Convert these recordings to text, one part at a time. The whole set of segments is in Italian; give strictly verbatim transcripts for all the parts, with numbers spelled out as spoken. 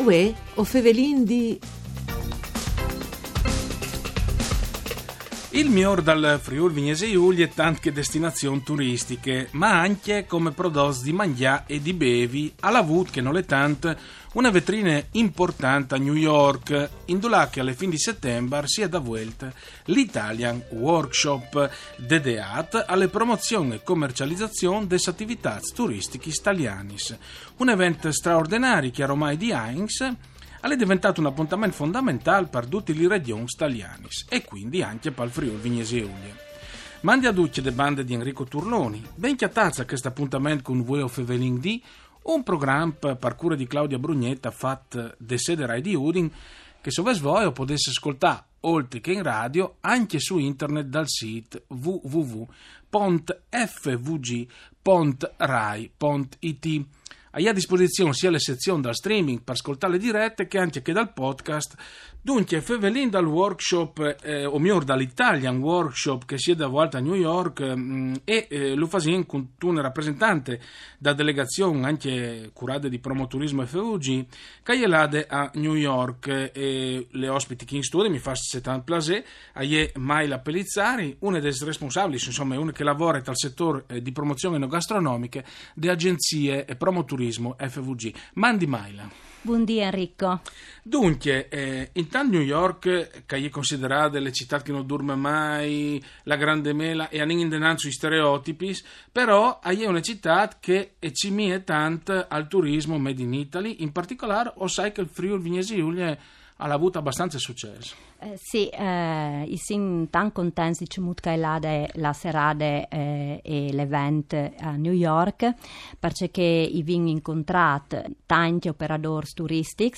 Uè, o Fevelin di... Il miglior dal Friuli Venezia Giulia è tante destinazioni turistiche, ma anche come prodotti di mangià e di bevi, alla vut che non è tanto una vetrina importante a New York, in dove che alle fine di settembre si è da vuelta l'Italian Workshop dedicato alle promozioni e commercializzazione delle attività turistiche italiane. Un evento straordinario che ormai di Heinz è diventato un appuntamento fondamentale per tutte le regioni italiane e quindi anche per il Friuli Venezia Giulia. Mandi a duce le bande di Enrico Turloni, ben chiatazza questo appuntamento con voi o Fevelin di un programma per cura di Claudia Brugnetta fatto de sede Rai di Udin che se voi potesse ascoltare oltre che in radio anche su internet dal sito w w w punto f v g punto rai punto i t. Hai a disposizione sia le sezioni dal streaming per ascoltare le dirette che anche che dal podcast. Dunque, Fevelin dal workshop, eh, o meglio dall'Italian Workshop che si è da volta a New York mh, e eh, lo fasin con un rappresentante da delegazione anche curate di promoturismo F U G che è là a New York e le ospiti che in studio mi fa tanto piacere è Maila Pellizzari, una delle responsabili, insomma una che lavora nel settore eh, di promozione enogastronomiche di agenzie e promoturismo F V G. Mandi Maila. Buondì Enrico. Dunque, eh, intanto New York, che è considerata delle città che non dorme mai, la grande mela e non indenanzo i stereotipi, però è una città che ci mie tanto al turismo made in Italy, in particolare o sai che il Friuli Venezia Giulia ha avuto abbastanza successo. Eh, sì, eh, siamo tan contenti che è la serata eh, e l'evento a New York perché i vin incontrato tanti operatori turistici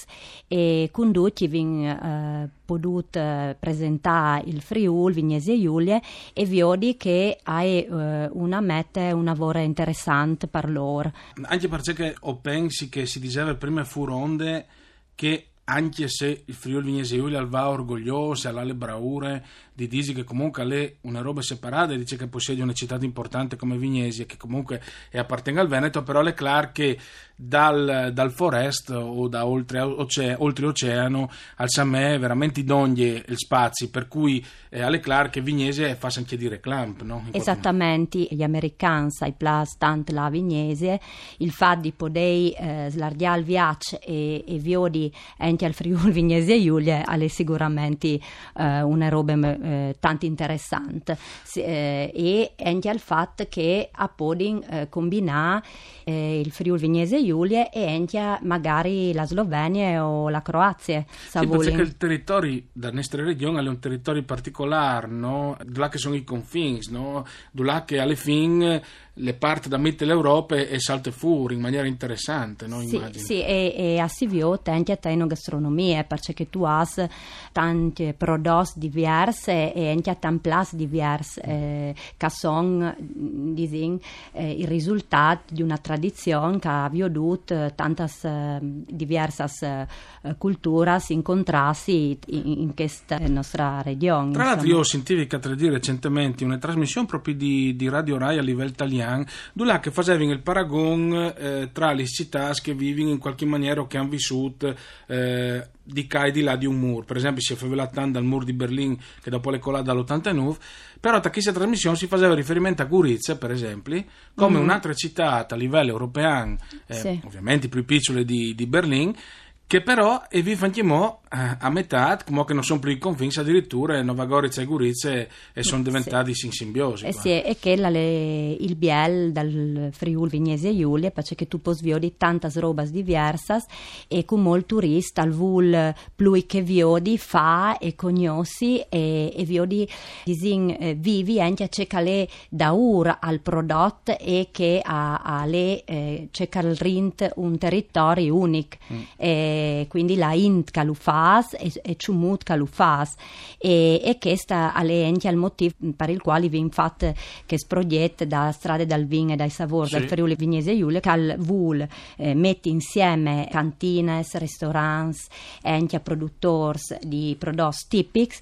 e con tutti vin eh, potuto presentare il Friuli Venezia Giulia e vedi che ha eh, una meta un lavoro interessante per loro. Anche perché o pensi che si diceva prima furonde che anche se il Friuli Venezia Giulia va orgoglioso, ha le bravure di dire che comunque è una roba separata e dice che possiede una città importante come Vignesia che comunque è appartiene al Veneto, però è chiaro che dal, dal forest o da oltre, oce, oltre oceano al Samè veramente d'ogni il spazio, per cui eh, è chiaro che Vignesia fa anche di reclamp, no? Esattamente, gli americani sai plus tanto la Vignesia, il fatto di poter eh, slargiare il viaggio e, e viodi anche al Friuli Venezia Giulia è sicuramente eh, una roba eh, tanto interessante eh, e anche al fatto che a podin eh, combinare eh, il Friuli Venezia Giulia e anche magari la Slovenia o la Croazia. Sì, perché il territorio della nostra regione è un territorio particolare, no? Là che sono i confini, no? Là che alle fine le parti da mettere l'Europa e salte fuori in maniera interessante, no? Sì, sì, e, e a Sivio tanti a te in gastronomia perché tu hai tanti prodotti diversi e anche a tanti plati diversi eh, che sono disin, eh, il risultato di una tradizione che ha avuto tante eh, diverse eh, culture incontrarsi in, in questa nostra regione. Tra l'altro io ho sentito dire recentemente una trasmissione proprio di, di Radio Rai a livello italiano dove che facevano il paragone eh, tra le città che vivono in qualche maniera o che hanno vissuto eh, di qua e di là di un muro. Per esempio si è fatto dal muro di Berlino che dopo le colate dall'ottantanove, però da questa trasmissione si faceva riferimento a Gorizia per esempio come mm-hmm. un'altra città a livello europeo eh, sì. ovviamente più piccole di, di Berlino, che però e vi fanno mo eh, a metà, come che non sono più convinti addirittura Nova Gorica e Gorizia e, e sono diventati sì. in simbiosi. Eh sì, e che la, le, il biel dal Friuli Venezia Giulia perché tu puoi vedere tante robe diverse e con molti turisti al vul più che vedi fa e conosci e, e vedi disin, eh, vivi anche a cercare da ur al prodotto e che a, a le eh, cercare il rint un territorio unico mm. e, quindi la int che lo fa e, e ciumut che lo fa e, e questo è anche il motivo per il quale vi infatti che sproiette da strade dal vin e dai savori sì. del Friuli Venezia Giulia che al vul eh, mette insieme cantine, ristoranti e anche produttori di prodotti tipici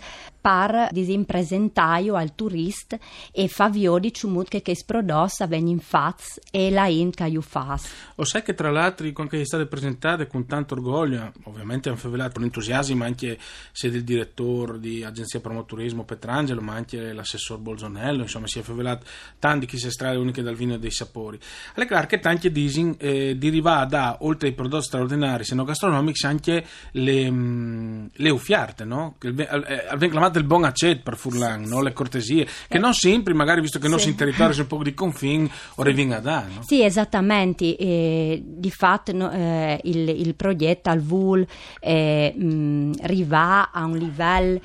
par disimpresentaio al turist e fa viodi ciumut che che sprodossa vegni in faz e la in ca iu fas. O sai che tra l'altro anche gli state presentate con tanto orgoglio, ovviamente hanno favelato con entusiasmo anche sia del direttore di Agenzia Promoturismo Petrangelo, ma anche l'assessor Bolzonello, insomma si è favelato tanti chi si estrae uniche dal vino e dei sapori. Alle clar che tanti disin eh, deriva da, oltre ai prodotti straordinari enogastronomici, anche le, mh, le uffiarte, no? Che avvengono chiamate il buon accet per Furlan, no? Le cortesie, che eh. non sempre, magari visto che sì. non si in territorio c'è un po' di confine, o revinga da, no? Sì, esattamente. Eh, di fatto no, eh, il, il progetto al V U L eh, mh, riva a un livello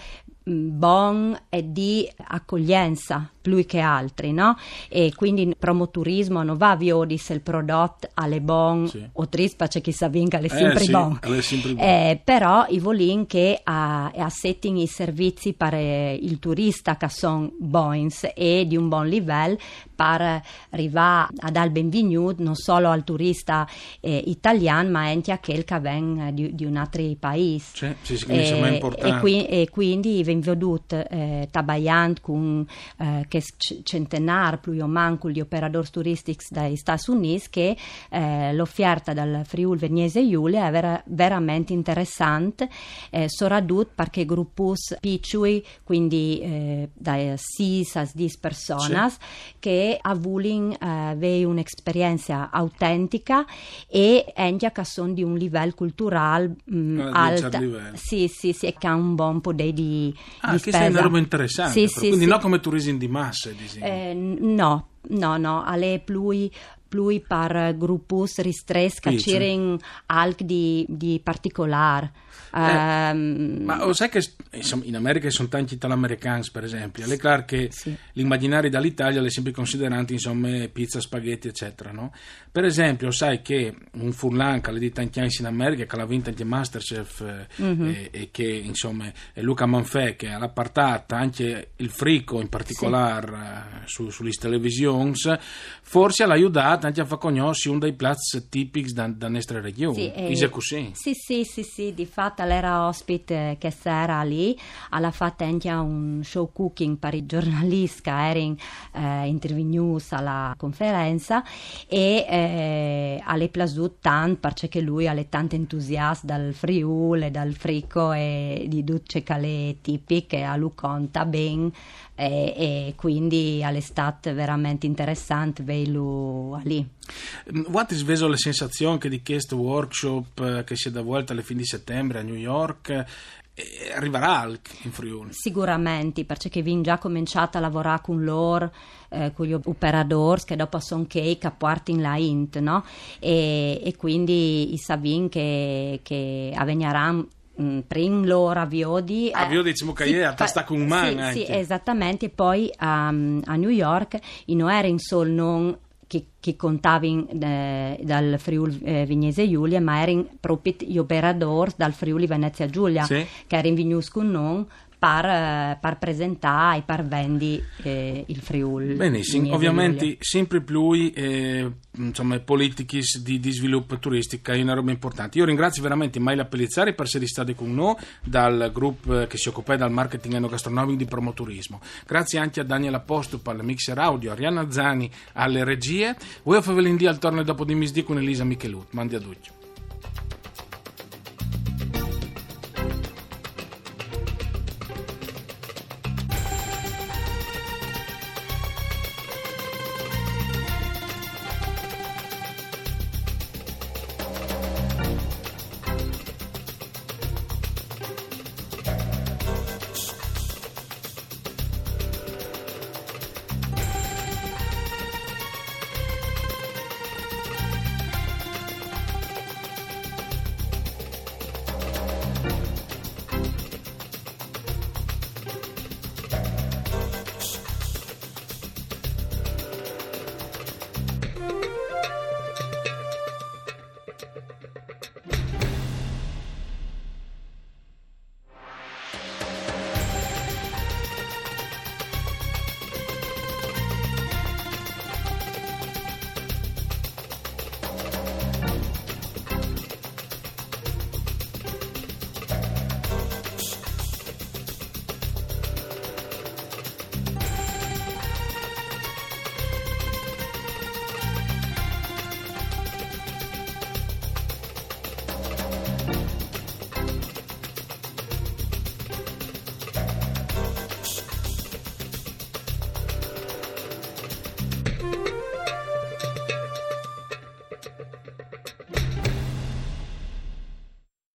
buon e di accoglienza più che altri, no? E quindi promoturismo non va via di se il prodotto alle bon sì. o trispa c'è chi sa vinca le sempre eh, sì, bon, sempre bon. Eh, però i volin che a, a setting i servizi per il turista che sono boins e di un buon livello per arrivare a dare il benvenuto non solo al turista eh, italiano ma anche a quel che viene di, di un altro paese. Sì, sì, sì, quindi eh, importante. E, qui, e quindi viene veduto eh, tabayant con eh, che centenar più o manco gli operatori turistici dagli Stati Uniti che eh, l'offerta dal Friuli Venezia Giulia è vera, veramente interessante, eh, soprattutto perché gruppus piccoli, quindi eh, da sei a dieci persone sì. che a Vulin eh, avere un'esperienza autentica e anche che sono di un livello culturale mh, ah, alto. Sì, sì, sì, che ha un buon potere di, ah, di che spesa. è una roba interessante, sì, sì, sì, quindi sì. non come turismo di massa. Eh, no, no, no, alle plui plui par gruppus ristretti che c'erano alc di, di particolare. Eh, um, ma lo sai che insomma, in America sono tanti italo-americani per esempio, è chiaro che sì. l'immaginario dall'Italia è sempre considerante insomma pizza, spaghetti eccetera, no? Per esempio sai che un Furlan che ha di tanti anni in America che l'ha vinto anche Masterchef mm-hmm. e, e che insomma è Luca Manfè che ha portato anche il frico in particolare sì. su, sulle televisioni, forse l'ha aiutato anche a far conoscere uno dei piatti tipici da, da nostra regione sì, eh, così. sì sì sì sì di fatto l'era ospite che era lì, alla fatta anche un show cooking per i giornalisti che erano eh, intervenuti alla conferenza e eh, alle piaciuto tanto perché lui è tanto entusiasta dal Friuli e dal frico e di tutte le tipiche a lui conta ben e, e quindi all'estate veramente interessante veilu lì. What is veso le sensazioni che di questo workshop che si è da volta alle fine di settembre a New York eh, arriverà in Friuli? Sicuramente, perché vi già cominciato a lavorare con loro, eh, con gli operatori che dopo sono che portano la int, no? E, e quindi i savin che, che avvegneranno prima loro a Viodi a Viodi diciamo che è a sta con un man sì, sì, esattamente, e poi um, a New York in non era in sol non che, che contavi eh, dal Friuli eh, Venezia Giulia ma erano proprio gli operatori dal Friuli Venezia Giulia sì. che erano venuti con noi per, per presentare e per vendere eh, il Friuli. Benissimo, ovviamente sempre più eh, insomma politiche di, di sviluppo turistico è una roba importante. Io ringrazio veramente Maila Pellizzari per essere stati con noi dal gruppo che si occupa del marketing enogastronomico di Promoturismo. Grazie anche a Daniela Apostup al mixer audio, a Arianna Zani alle regie. Voi a Favelindì al torno dopo di misdì con Elisa Michelut. Mandi a tutti.